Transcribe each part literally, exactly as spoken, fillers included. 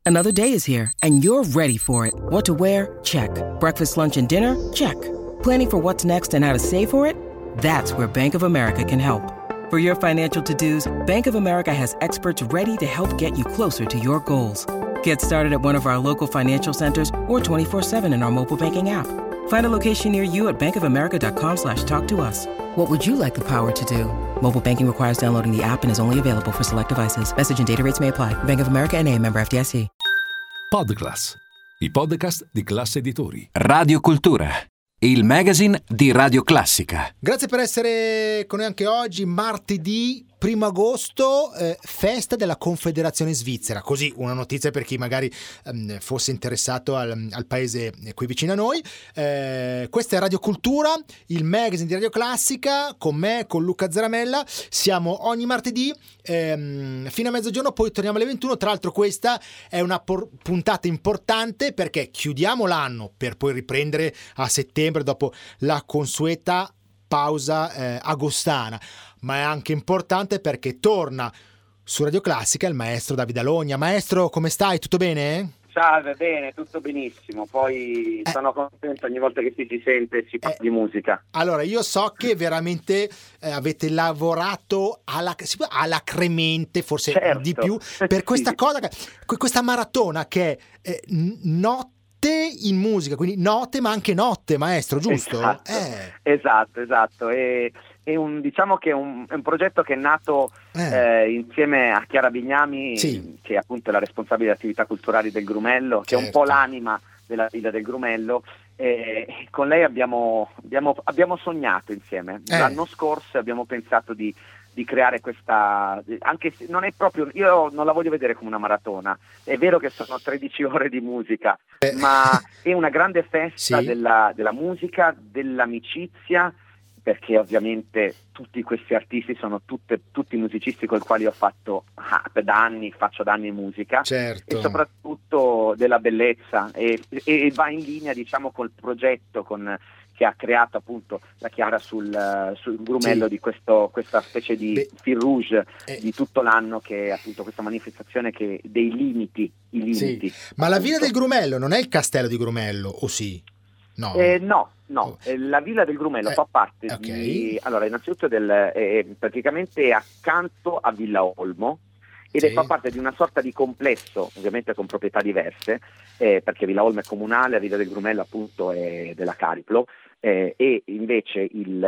Another day is here, and you're ready for it. What to wear? Check. Breakfast, lunch, and dinner? Check. Planning for what's next and how to save for it? That's where Bank of America can help. For your financial to-dos, Bank of America has experts ready to help get you closer to your goals. Get started at one of our local financial centers or twenty-four seven in our mobile banking app. Find a location near you at bankofamerica.com slash talk to us. What would you like the power to do? Mobile banking requires downloading the app and is only available for select devices. Message and data rates may apply. Bank of America N A, member F D I C. Podclass, i podcast di Class Editori. Radio Cultura, il magazine di Radio Classica. Grazie per essere con noi anche oggi, martedì primo agosto, eh, festa della Confederazione Svizzera. Così una notizia per chi magari ehm, fosse interessato al, al paese qui vicino a noi. Eh, questa è Radio Cultura, il magazine di Radio Classica, con me, con Luca Zaramella. Siamo ogni martedì ehm, fino a mezzogiorno, poi torniamo alle ventuno. Tra l'altro questa è una por- puntata importante perché chiudiamo l'anno per poi riprendere a settembre dopo la consueta pausa eh, agostana, ma è anche importante perché torna su Radio Classica il maestro Davide Alogna. Maestro, come stai? Tutto bene? Salve, bene, tutto benissimo. Poi eh, sono contento ogni volta che si, si sente e si parla eh, di musica. Allora, io so che veramente eh, avete lavorato alla, alacremente, forse certo. di più, per questa sì. cosa, questa maratona che è eh, notte in musica, quindi note ma anche notte, maestro, giusto? Esatto, eh. esatto, esatto. E, è un, diciamo che è un, è un progetto che è nato eh. Eh, insieme a Chiara Bignami, sì. che è appunto la responsabile di attività culturali del Grumello, certo. che è un po' l'anima della Villa del Grumello. E con lei abbiamo, abbiamo, abbiamo sognato insieme. Eh. L'anno scorso abbiamo pensato di di creare questa, anche se non è proprio, io non la voglio vedere come una maratona, è vero che sono tredici ore di musica, eh. ma è una grande festa sì. della, della musica, dell'amicizia, perché ovviamente tutti questi artisti sono tutte, tutti musicisti con i quali ho fatto ah, da anni, faccio da anni musica, certo. e soprattutto della bellezza, e, e va in linea, diciamo, col progetto con che ha creato appunto la Chiara sul, sul Grumello, sì. di questo, questa specie di Beh, fil rouge eh. di tutto l'anno, che è appunto questa manifestazione che dei limiti, i limiti. Sì. Ma la Villa del Grumello non è il castello di Grumello, o sì? No, eh, no, no. Oh. La Villa del Grumello eh, fa parte okay. di, allora innanzitutto del, è praticamente accanto a Villa Olmo, ed sì. è, fa parte di una sorta di complesso, ovviamente con proprietà diverse, eh, perché Villa Olmo è comunale, la Villa del Grumello appunto è della Cariplo, eh, e invece il,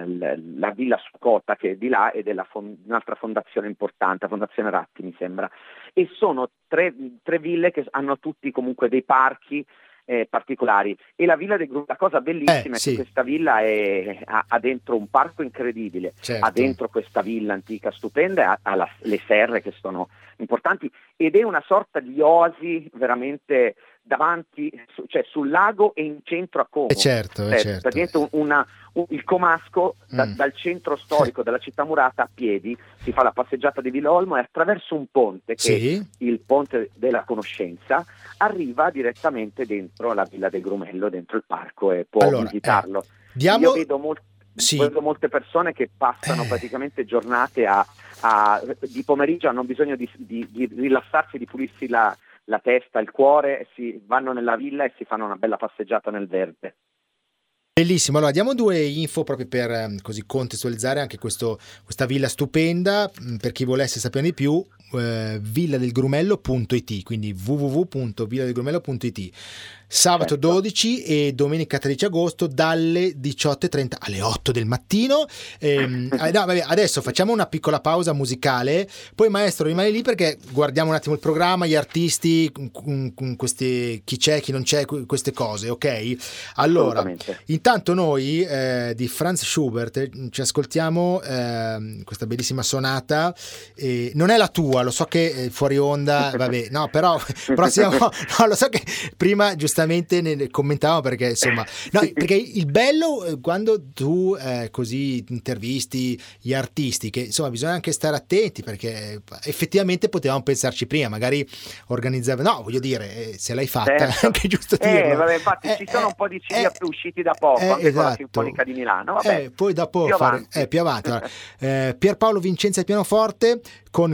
l, la Villa Sucota, che è di là, è della fond- un'altra fondazione importante, Fondazione Ratti mi sembra, e sono tre, tre ville che hanno tutti comunque dei parchi Eh, particolari. E la villa del Grumello, la cosa bellissima eh, è sì. che questa villa è, ha, ha dentro un parco incredibile, certo. ha dentro questa villa antica stupenda, ha, ha la, le serre che sono importanti, ed è una sorta di oasi veramente davanti, su, cioè sul lago e in centro a Como. Eh certo, cioè, eh certo. praticamente un, una, un, il Comasco da, mm. dal centro storico della città murata a piedi si fa la passeggiata di Villa Olmo, e attraverso un ponte, che sì. è il ponte della conoscenza, arriva direttamente dentro la Villa del Grumello, dentro il parco, e può allora, visitarlo. Eh, diamo... Io vedo, mol- sì. vedo molte persone che passano eh. praticamente giornate a, a di pomeriggio, hanno bisogno di, di, di rilassarsi, di pulirsi la, la testa, il cuore, si vanno nella villa e si fanno una bella passeggiata nel verde. Bellissimo, allora diamo due info proprio per così contestualizzare anche questo, questa villa stupenda, per chi volesse saperne di più, eh, villadelgrumello punto it, quindi w w w punto villadelgrumello punto it. Sabato certo. dodici e domenica tredici agosto dalle diciotto e trenta alle otto del mattino. Ehm, no, vabbè, adesso facciamo una piccola pausa musicale, poi maestro rimane lì perché guardiamo un attimo il programma, gli artisti, con, con questi, chi c'è, chi non c'è, queste cose, ok? Allora, intanto noi eh, di Franz Schubert eh, ci ascoltiamo eh, questa bellissima sonata, eh, non è la tua, lo so che eh, fuori onda, vabbè, no, però, però siamo, no, lo so che prima giustamente ne commentavamo perché insomma no, perché il bello quando tu eh, così intervisti gli artisti, che insomma bisogna anche stare attenti, perché effettivamente potevamo pensarci prima, magari organizzare, no voglio dire, se l'hai fatta certo. è anche giusto dirlo. Eh, vabbè, infatti eh, ci sono eh, un po' di C D eh, usciti da poco, eh, anche esatto. con la Sinfonica di Milano, vabbè, eh, poi dopo più fare avanti, eh, più avanti allora, eh, Pierpaolo Vincenzi al pianoforte con questa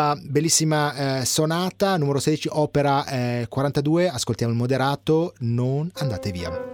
questa bellissima eh, sonata numero sedici, opera eh, quarantadue. Ascoltiamo il moderato, non andate via.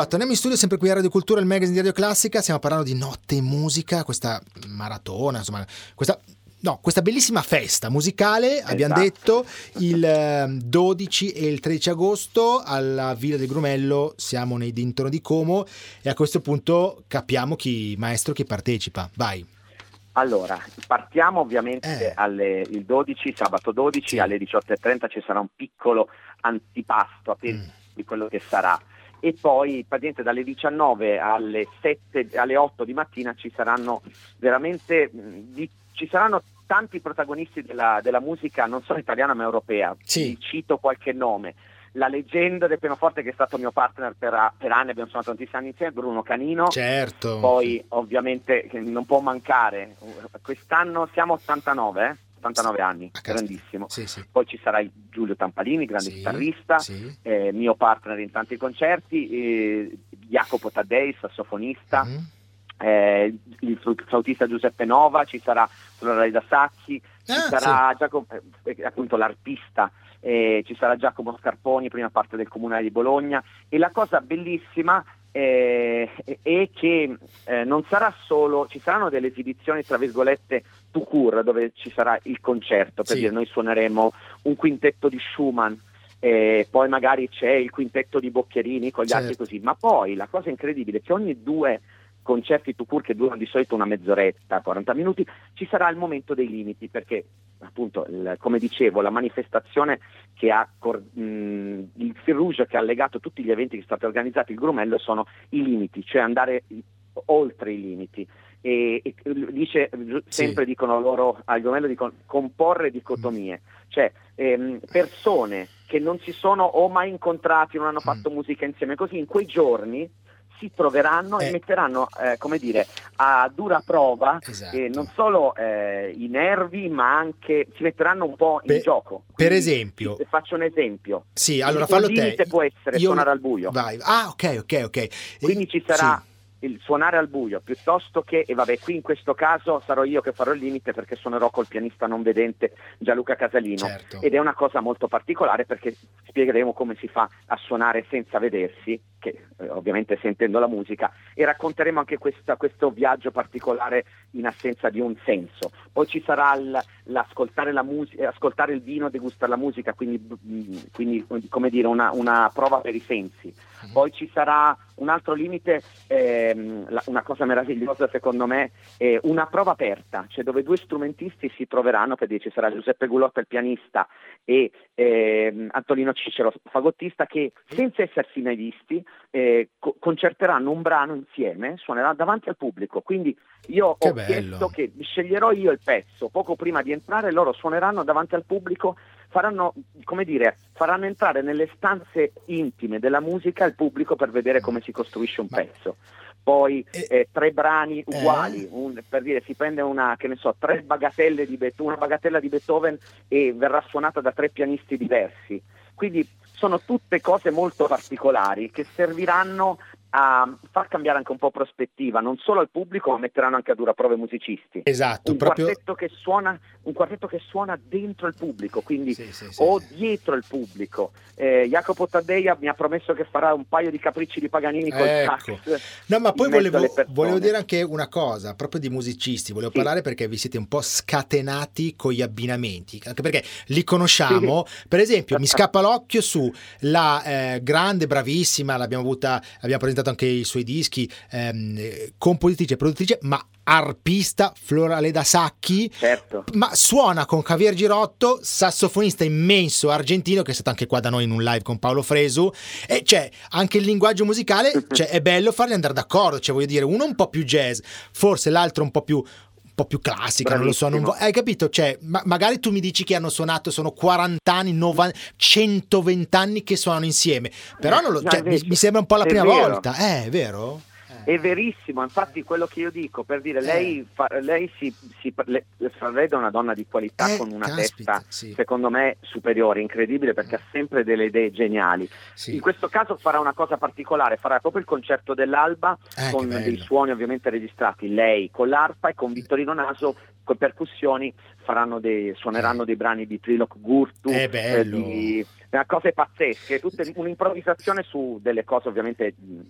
Allora, torniamo in studio sempre qui a Radio Cultura, il magazine di Radio Classica. Stiamo parlando di Notte in Musica, questa maratona, insomma, questa... No, questa bellissima festa musicale, esatto. Abbiamo detto, il dodici e il tredici agosto alla Villa del Grumello, siamo nei dintorni di Como, e a questo punto capiamo chi, maestro, chi partecipa. Vai. Allora, partiamo ovviamente eh. alle, il dodici, sabato dodici, sì. Alle diciotto e trenta ci sarà un piccolo antipasto a mm. di quello che sarà. E poi praticamente dalle diciannove alle sette, alle otto di mattina ci saranno veramente di, ci saranno tanti protagonisti della, della musica non solo italiana ma europea. Sì. Cito qualche nome: la leggenda del pianoforte, che è stato mio partner per, per anni, abbiamo suonato tantissimi anni insieme, Bruno Canino. Certo. Poi ovviamente non può mancare, quest'anno siamo ottantanove, eh? ottantanove anni, grandissimo. Sì, sì. Poi ci sarà il Giulio Tampalini, grande sì, chitarrista, sì. Eh, mio partner in tanti concerti, eh, Jacopo Taddei, sassofonista, mm. eh, il flautista Giuseppe Nova, ci sarà Floraleda Sacchi, ci ah, sarà sì. Giacomo, eh, appunto l'arpista, eh, ci sarà Giacomo Scarponi, prima parte del Comunale di Bologna. E la cosa bellissima eh, è che eh, non sarà solo, ci saranno delle esibizioni tra virgolette tout court, dove ci sarà il concerto, per sì. dire, noi suoneremo un quintetto di Schumann, eh, poi magari c'è il quintetto di Boccherini con gli certo. altri così, ma poi la cosa incredibile è che ogni due concerti tout court, che durano di solito una mezz'oretta, quaranta minuti, ci sarà il momento dei limiti, perché appunto il, come dicevo, la manifestazione che ha mh, il fil rouge che ha legato tutti gli eventi che sono stati organizzati, il Grumello, sono i limiti, cioè andare oltre i limiti. E, e dice sempre, sì. dicono loro al Grumello, dicono comporre dicotomie, cioè ehm, persone che non si sono o mai incontrati, non hanno fatto mm. musica insieme, così in quei giorni si troveranno eh. e metteranno eh, come dire a dura prova esatto. eh, non solo eh, i nervi, ma anche si metteranno un po' in per, gioco. Per Quindi, esempio, ti faccio un esempio. Sì, allora fallo te. Il limite può essere Io... suonare al buio. Vai. Ah, ok, ok, ok. Quindi ci sarà sì. il suonare al buio, piuttosto che, e vabbè, qui in questo caso sarò io che farò il limite, perché suonerò col pianista non vedente Gianluca Casalino, certo. ed è una cosa molto particolare, perché spiegheremo come si fa a suonare senza vedersi, che eh, ovviamente sentendo la musica, e racconteremo anche questa, questo viaggio particolare in assenza di un senso. Poi ci sarà l, l'ascoltare la musica, ascoltare il vino, degustare la musica, quindi, quindi come dire una, una prova per i sensi. Poi ci sarà un altro limite, ehm, la, una cosa meravigliosa secondo me, è una prova aperta, cioè dove due strumentisti si troveranno, per dire ci sarà Giuseppe Gulotta, il pianista, e ehm, Antonino Cicero, fagottista, che senza essersi mai visti eh, co- concerteranno un brano insieme, suoneranno davanti al pubblico. Quindi io che ho bello. chiesto che sceglierò io il pezzo poco prima di entrare, loro suoneranno davanti al pubblico, faranno, come dire, faranno entrare nelle stanze intime della musica il pubblico per vedere come si costruisce un pezzo. Poi eh, eh, tre brani uguali, eh. un, per dire, si prende una, che ne so, tre bagatelle di Beethoven, una bagatella di Beethoven, e verrà suonata da tre pianisti diversi. Quindi sono tutte cose molto particolari che serviranno a far cambiare anche un po' prospettiva, non solo al pubblico, ma metteranno anche a dura prova i musicisti. Esatto, un proprio... quartetto che suona, un quartetto che suona dentro il pubblico, quindi sì, sì, sì, o sì. dietro il pubblico. Eh, Jacopo Taddei mi ha promesso che farà un paio di capricci di Paganini col ecco. sax. No, ma poi volevo, volevo dire anche una cosa, proprio di musicisti, volevo sì. parlare, perché vi siete un po' scatenati con gli abbinamenti, anche perché li conosciamo. Sì. Per esempio, mi scappa l'occhio su la eh, grande, bravissima, l'abbiamo avuta, abbiamo presentato anche i suoi dischi, ehm, compositrice e produttrice, ma arpista Floraleda Sacchi, certo. ma suona con Javier Girotto, sassofonista immenso argentino, che è stato anche qua da noi in un live con Paolo Fresu, e cioè anche il linguaggio musicale, cioè, è bello farli andare d'accordo, cioè voglio dire, uno un po' più jazz, forse l'altro un po' più un po' più classica, bravissimo. Non lo so, non vo- hai capito? Cioè, ma- magari tu mi dici che hanno suonato, sono quaranta anni, novanta, centoventi anni che suonano insieme, però non lo, no, cioè, mi, mi sembra un po' la è prima vero. volta, eh, è vero? È verissimo, infatti quello che io dico, per dire, lei, eh. fa, lei si, si le, Floraleda è una donna di qualità, eh, con una caspita, testa sì. secondo me superiore, incredibile, perché ha sempre delle idee geniali. Sì. In questo caso farà una cosa particolare, farà proprio il concerto dell'alba, eh, con dei suoni ovviamente registrati, lei con l'arpa e con Vittorino Naso con percussioni, faranno dei, suoneranno dei brani di Trilok Gurtu, è bello. Eh, di, cose pazzesche, tutte un'improvvisazione su delle cose ovviamente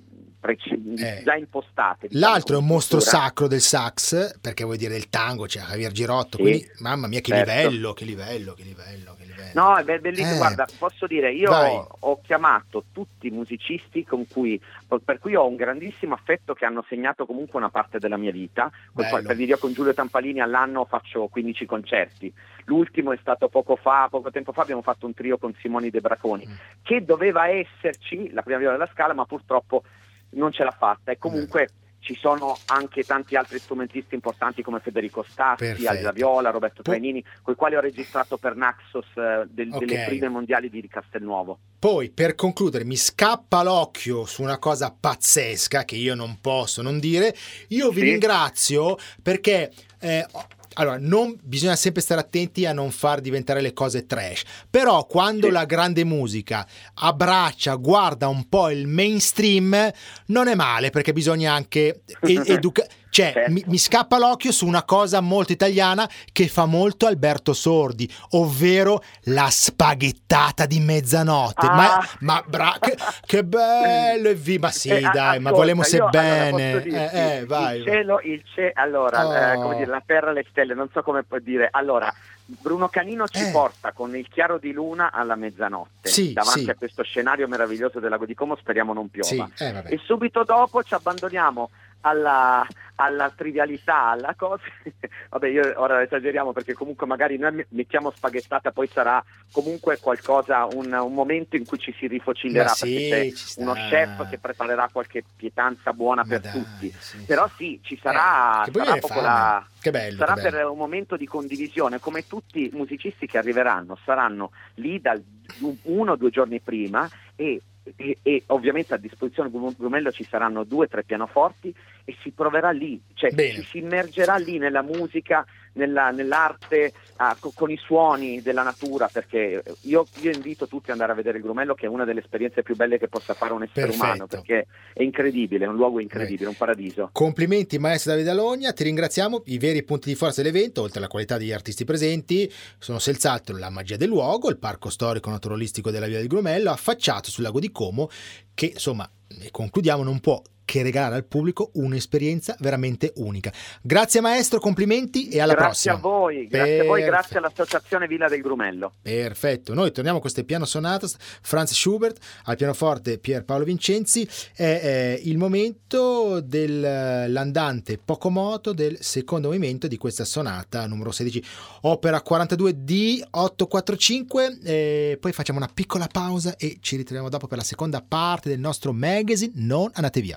preci- Eh. già impostate. diciamo, L'altro è un come mostro struttura. sacro del sax, perché vuol dire del tango, c'è Javier Girotto, Sì, quindi mamma mia che certo. livello, che livello, che livello, che livello. No, è be- bellissimo, Eh, guarda, posso dire, io vai. ho, ho chiamato tutti i musicisti con cui, per cui ho un grandissimo affetto, che hanno segnato comunque una parte della mia vita. Col- Bello. per video con Giulio Tampalini all'anno faccio quindici concerti, l'ultimo è stato poco fa, poco tempo fa abbiamo fatto un trio con Simoni De Braconi, Mm. che doveva esserci la prima viola della Scala, ma purtroppo non ce l'ha fatta, e comunque ci sono anche tanti altri strumentisti importanti come Federico Stassi, Perfetto. Alda Viola, Roberto Po- Trainini, con i quali ho registrato per Naxos eh, del- Ok. delle prime mondiali di Castelnuovo. Poi, per concludere, mi scappa l'occhio su una cosa pazzesca che io non posso non dire. Io vi Sì. ringrazio perché eh, allora, non, bisogna sempre stare attenti a non far diventare le cose trash, però quando Sì. la grande musica abbraccia, guarda un po' il mainstream, non è male, perché bisogna anche educare. Cioè, Certo. mi, mi scappa l'occhio su una cosa molto italiana che fa molto Alberto Sordi, ovvero la spaghettata di mezzanotte. Ah. Ma, ma bra- che, che bello! E vi, ma sì, Eh, a- dai, ma ascolta, volemo se io, allora, bene. posso dirti, eh, eh, vai. il cielo, il ce- allora, Oh. eh, come dire, la terra e le stelle, non so come puoi dire. Allora, Bruno Canino ci Eh. porta con il chiaro di luna alla mezzanotte, Sì, davanti sì. a questo scenario meraviglioso del lago di Como, speriamo non piova. Sì, eh, vabbè. E subito dopo ci abbandoniamo alla, alla trivialità, alla cosa. Vabbè, io ora esageriamo, perché comunque magari noi mettiamo spaghettata, poi sarà comunque qualcosa, un, un momento in cui ci si rifocillerà, Ma sì, perché ci c'è sta. uno chef che preparerà qualche pietanza buona Ma per dai, tutti. sì, Però sì, ci sarà, Eh, che poi sarà viene proprio fame. la- Che bello, sarà che bello. per un momento di condivisione, come tutti i musicisti che arriveranno saranno lì dal uno o due giorni prima, e, e, e ovviamente a disposizione di Grumello ci saranno due o tre pianoforti, e si proverà lì, cioè Bene. ci si immergerà lì nella musica, nella- nell'arte, ah, co- con i suoni della natura, perché io, io invito tutti ad andare a vedere il Grumello, che è una delle esperienze più belle che possa fare un essere Perfetto. umano, perché è incredibile, è un luogo incredibile, un paradiso. Complimenti maestro Davide Alogna, ti ringraziamo. I veri punti di forza dell'evento, oltre alla qualità degli artisti presenti, sono senz'altro la magia del luogo, il parco storico naturalistico della Via del Grumello, affacciato sul lago di Como, che insomma, e concludiamo, non può che regalare al pubblico un'esperienza veramente unica. Grazie maestro, complimenti e alla Grazie prossima. a voi, grazie a voi, Perfetto. grazie all'Associazione Villa del Grumello. Perfetto, noi torniamo a questo piano sonatas, Franz Schubert, al pianoforte Pier Paolo Vincenzi. È, è il momento dell'andante poco moto del secondo movimento di questa sonata numero sedici, opera quarantadue D ottocentoquarantacinque. E poi facciamo una piccola pausa e ci ritroviamo dopo per la seconda parte del nostro magazine. Non andate via.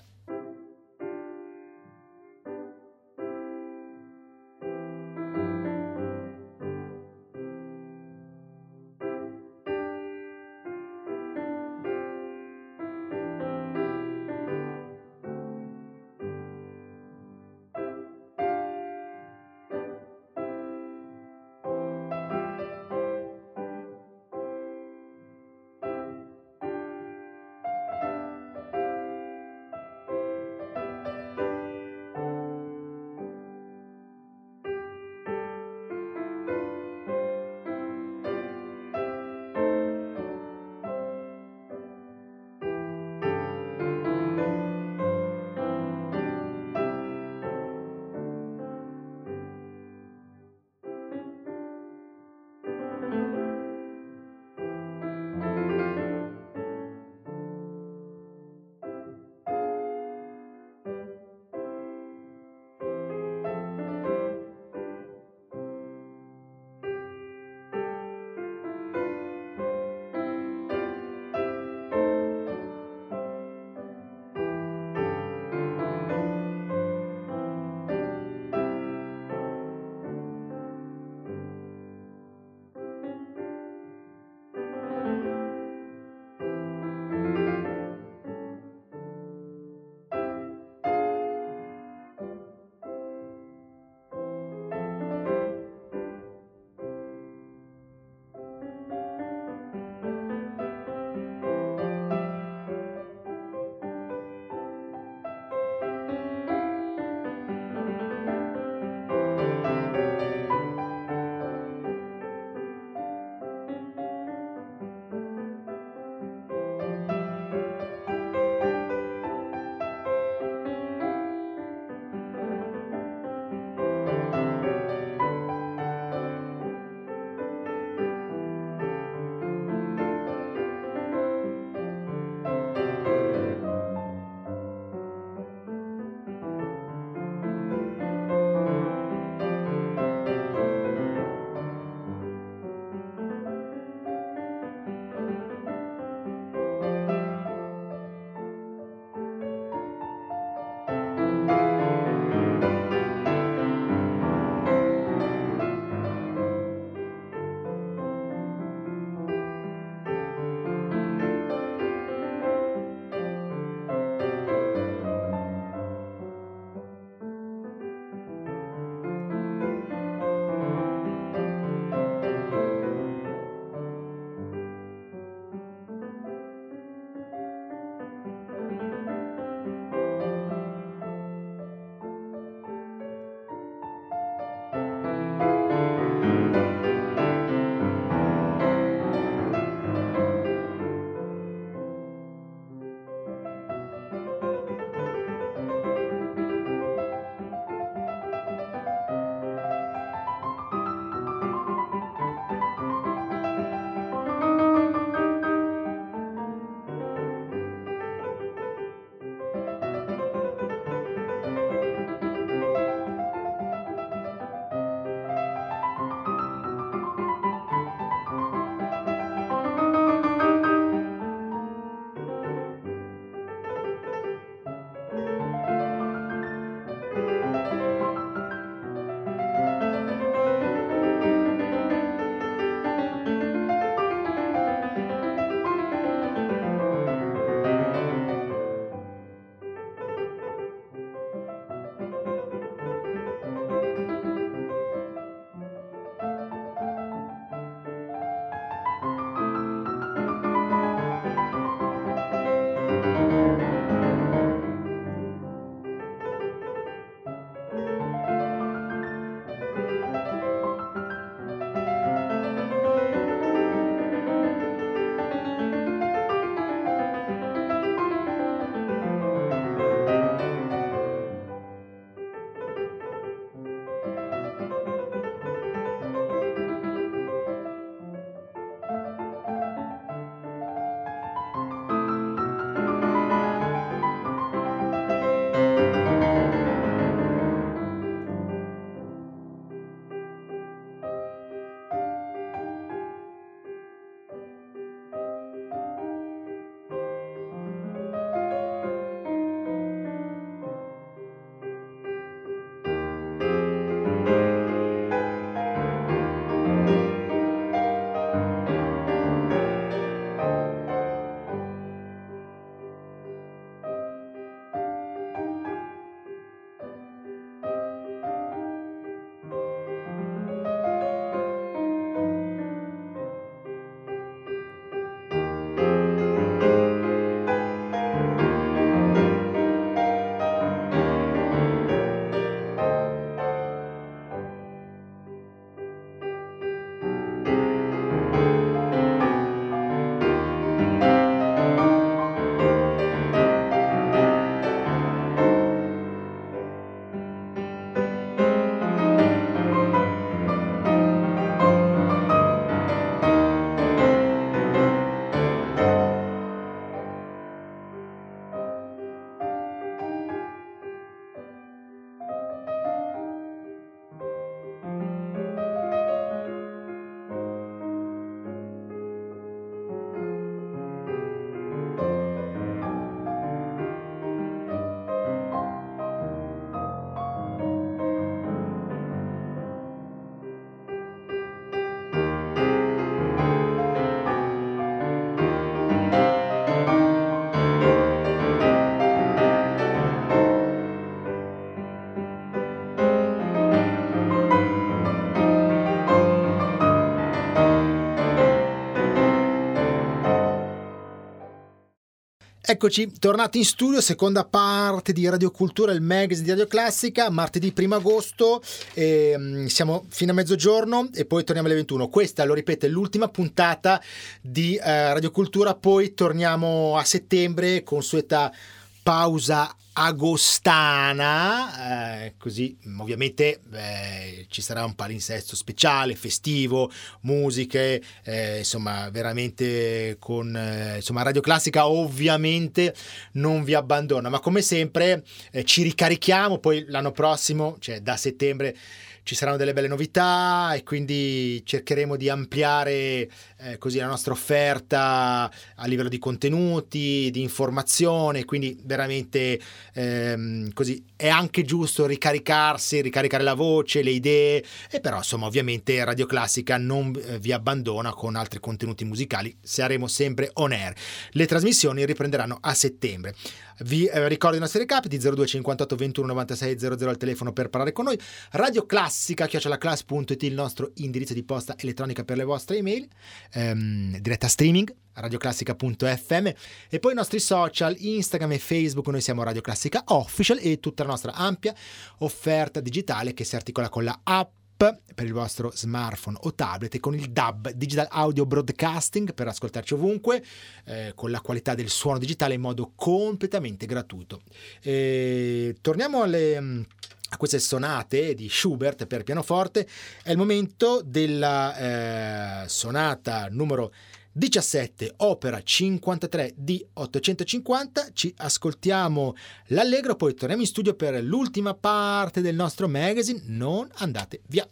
Eccoci, tornati in studio, seconda parte di Radio Cultura, il magazine di Radio Classica, martedì primo agosto, e siamo fino a mezzogiorno e poi torniamo alle ventuno. Questa, lo ripeto, è l'ultima puntata di eh, Radio Cultura, poi torniamo a settembre, consueta pausa agostana, eh, così ovviamente eh, ci sarà un palinsesto speciale, festivo, musiche, eh, insomma veramente con eh, insomma Radio Classica ovviamente non vi abbandona, ma come sempre eh, ci ricarichiamo, poi l'anno prossimo, cioè da settembre, ci saranno delle belle novità e quindi cercheremo di ampliare eh, così la nostra offerta a livello di contenuti, di informazione, quindi veramente ehm, così è anche giusto ricaricarsi, ricaricare la voce, le idee, e però insomma ovviamente Radio Classica non eh, vi abbandona con altri contenuti musicali, saremo sempre on air. Le trasmissioni riprenderanno a settembre. Vi eh, ricordo i nostri recapiti: zero due cinquantotto ventuno novantasei zero zero al telefono per parlare con noi, Radio Classica chiocciola class punto it il nostro indirizzo di posta elettronica per le vostre email, ehm, diretta streaming radioclassica punto effe emme, e poi i nostri social Instagram e Facebook. Noi siamo Radio Classica Official e tutta la nostra ampia offerta digitale che si articola con la app per il vostro smartphone o tablet e con il D A B, Digital Audio Broadcasting, per ascoltarci ovunque eh, con la qualità del suono digitale in modo completamente gratuito. E torniamo alle a queste sonate di Schubert per pianoforte. È il momento della eh, sonata numero diciassette, opera cinquantatré D ottocentocinquanta. Ci ascoltiamo l'allegro, poi torniamo in studio per l'ultima parte del nostro magazine. Non andate via.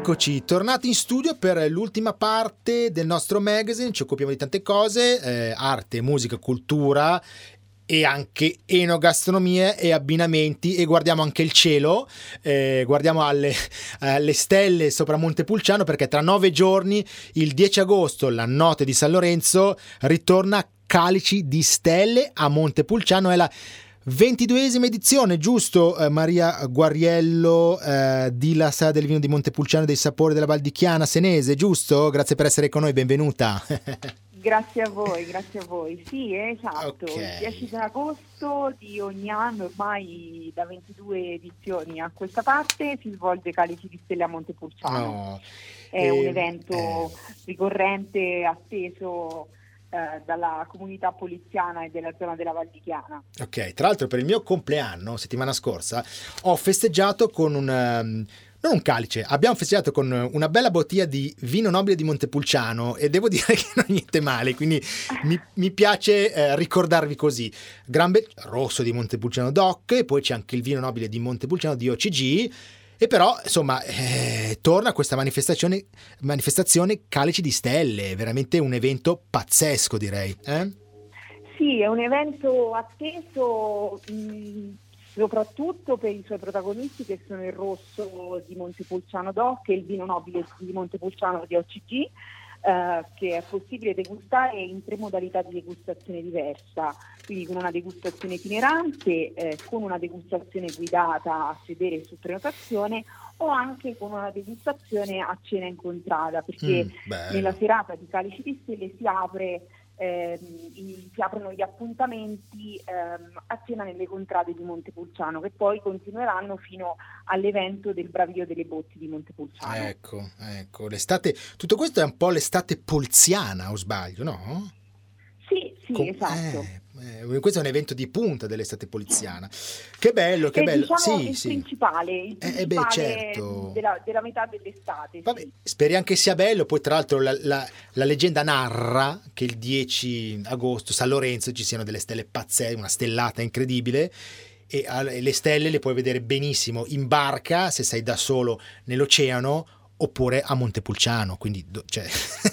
Eccoci, tornati in studio per l'ultima parte del nostro magazine. Ci occupiamo di tante cose, eh, arte, musica, cultura e anche enogastronomie e abbinamenti, e guardiamo anche il cielo, eh, guardiamo alle, alle stelle sopra Montepulciano, perché tra nove giorni, il dieci agosto, la notte di San Lorenzo, ritorna Calici di Stelle a Montepulciano. È la ventiduesima edizione, giusto, eh, Maria Guariello, eh, di La Sala del Vino di Montepulciano, dei sapori della Val di Chiana senese, giusto? Grazie per essere con noi, benvenuta. Grazie a voi, grazie a voi. Sì, esatto, Okay. il dieci di agosto di ogni anno, ormai da ventidue edizioni a questa parte, si svolge Calici di Stelle a Montepulciano. No. È Eh, un evento eh. ricorrente, atteso eh, dalla comunità poliziana e della zona della Val di Chiana. Ok, tra l'altro per il mio compleanno, settimana scorsa, ho festeggiato con un... um, non un calice, abbiamo festeggiato con una bella bottiglia di vino nobile di Montepulciano, e devo dire che non è niente male, quindi mi, mi piace eh, ricordarvi così. Gran Be- rosso di Montepulciano D O C, e poi c'è anche il vino nobile di Montepulciano di O C G, e però insomma eh, torna questa manifestazione, manifestazione Calici di Stelle, veramente un evento pazzesco, direi. Eh? Sì, è un evento atteso mh, soprattutto per i suoi protagonisti, che sono il rosso di Montepulciano D O C e il vino nobile di Montepulciano di O C G, eh, che è possibile degustare in tre modalità di degustazione diversa, quindi con una degustazione itinerante, eh, con una degustazione guidata a sedere su prenotazione, o anche con una degustazione a cena incontrata, perché Mm, bello. nella serata di Calici di Stelle si apre ehm, i- si aprono gli appuntamenti ehm, a cena nelle contrade di Montepulciano, che poi continueranno fino all'evento del Bravio delle Botti di Montepulciano. Ecco, ecco, l'estate, tutto questo è un po' l'estate polziana, o sbaglio, no? Sì, sì, Com- esatto. eh, eh, questo è un evento di punta dell'estate poliziana. Che bello, che È, bello. diciamo, Sì, il sì. principale, il Eh, eh, beh, principale certo. della, della metà dell'estate. Vabbè, Sì. speriamo che sia bello. Poi, tra l'altro, la, la- la leggenda narra che il dieci agosto, San Lorenzo, ci siano delle stelle pazzesche, una stellata incredibile. E al- e le stelle le puoi vedere benissimo in barca, se sei da solo nell'oceano, oppure a Montepulciano. Quindi, do- cioè,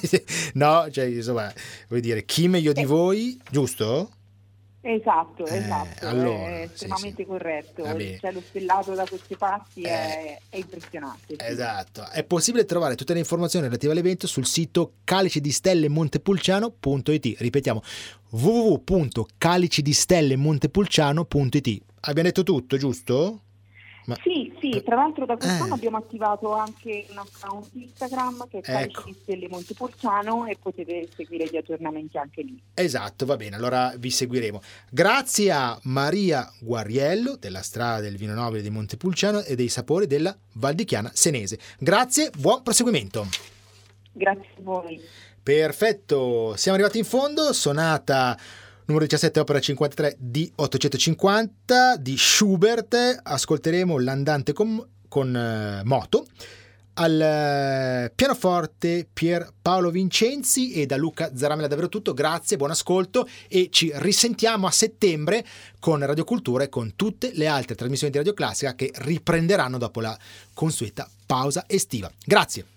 no, cioè, insomma, vuol dire, chi meglio di Eh. voi, giusto? Esatto, Eh, esatto, allora, è sì, estremamente sì. corretto. Vabbè. Il cielo stellato da queste parti Eh. è, è impressionante. Sì. Esatto, è possibile trovare tutte le informazioni relative all'evento sul sito calicidistellemontepulciano.it. Ripetiamo, w w w punto calicidistellemontepulciano.it. Abbiamo detto tutto, giusto? Ma- Sì, sì, tra l'altro da quest'anno Eh. abbiamo attivato anche un account Instagram che è Calici Ecco. di Stelle Montepulciano, e potete seguire gli aggiornamenti anche lì. Esatto, va bene, allora vi seguiremo. Grazie a Maria Guariello della Strada del Vino Nobile di Montepulciano e dei Sapori della Val di Chiana senese. Grazie, buon proseguimento. Grazie a voi. Perfetto, siamo arrivati in fondo, sonata numero diciassette, opera cinquantatré di ottocentocinquanta di Schubert. Ascolteremo l'andante con, con eh, moto. Al eh, pianoforte Pier Paolo Vincenzi, e da Luca Zaramella davvero tutto. Grazie, buon ascolto, e ci risentiamo a settembre con Radio Cultura e con tutte le altre trasmissioni di Radio Classica che riprenderanno dopo la consueta pausa estiva. Grazie.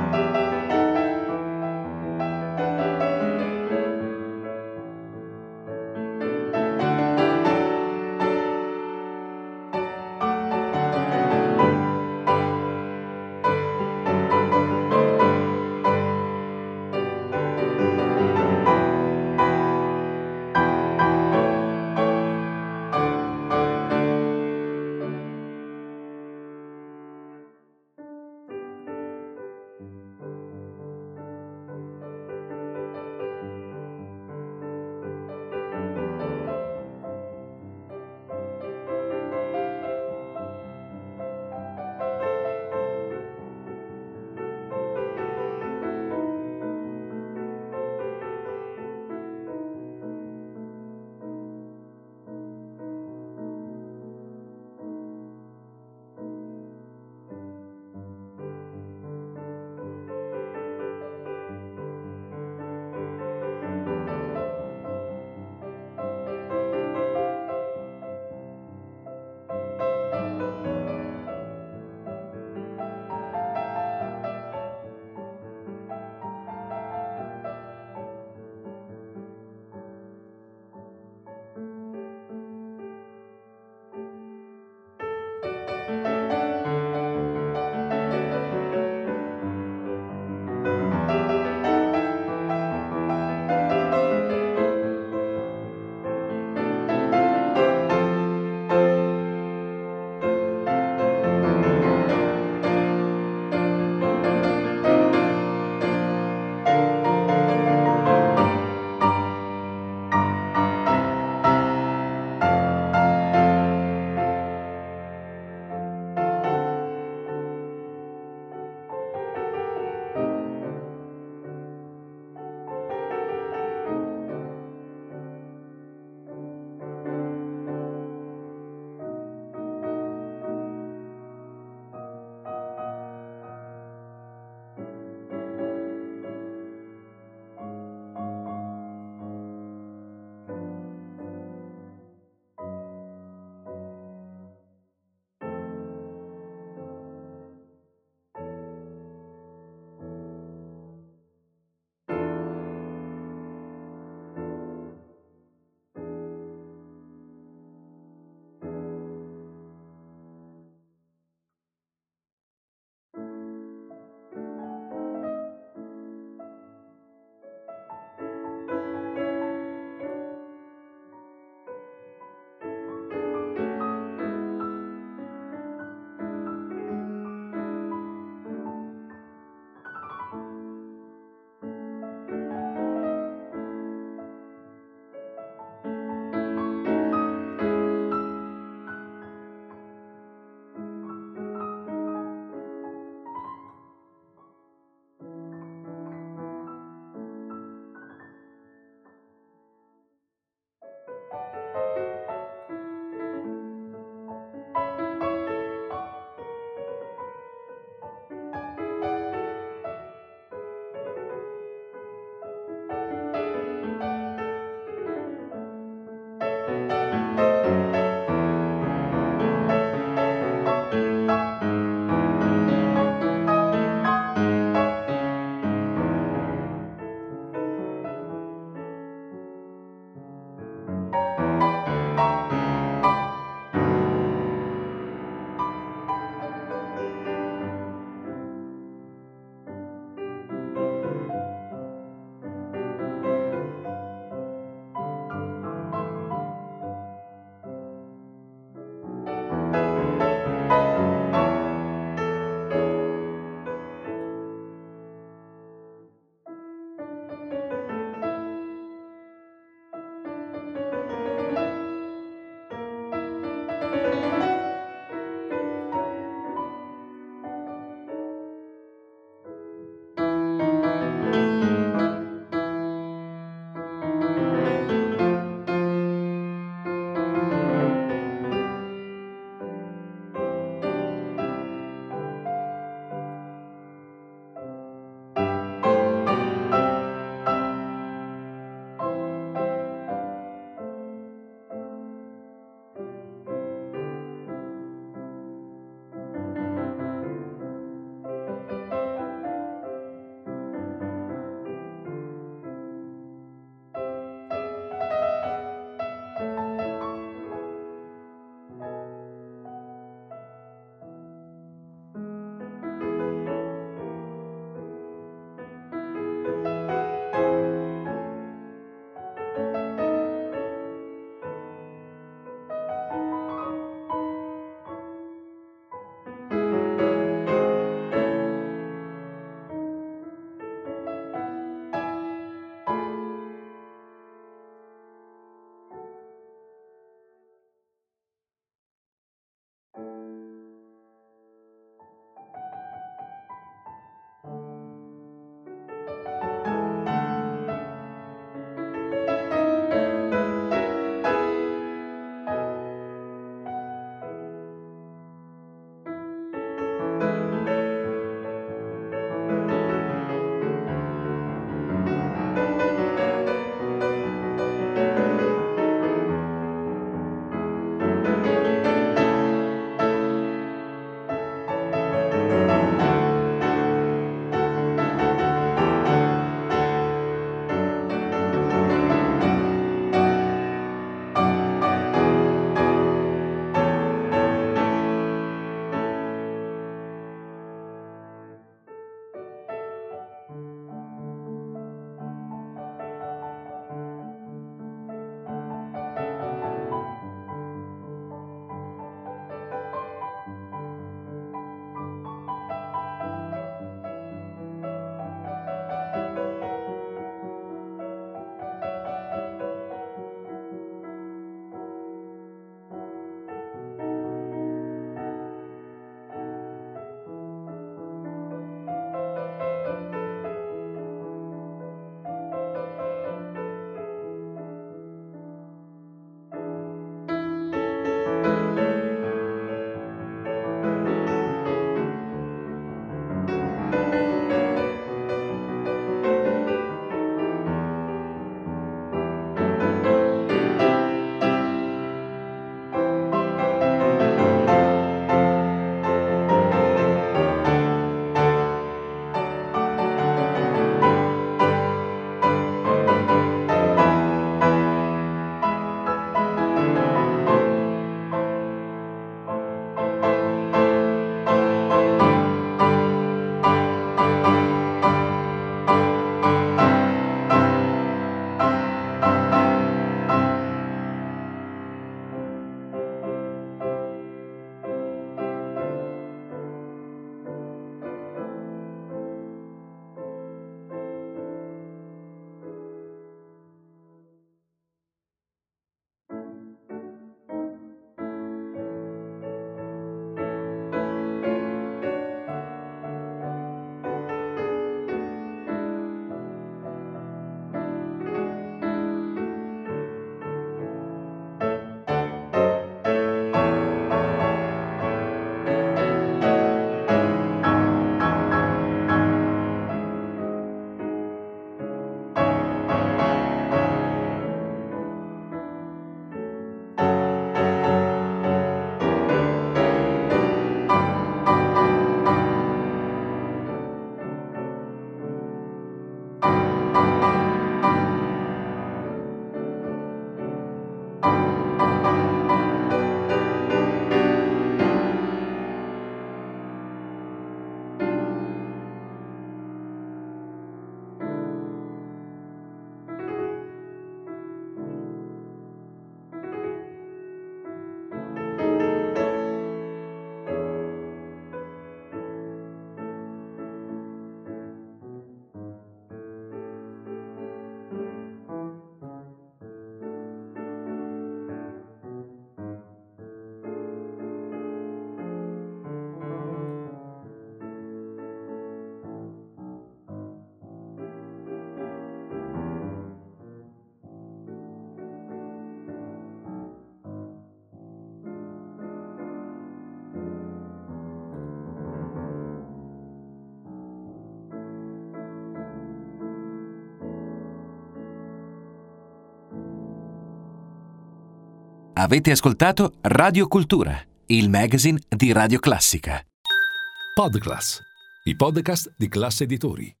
Avete ascoltato Radio Cultura, il magazine di Radio Classica. Podclass, i podcast di Classe Editori.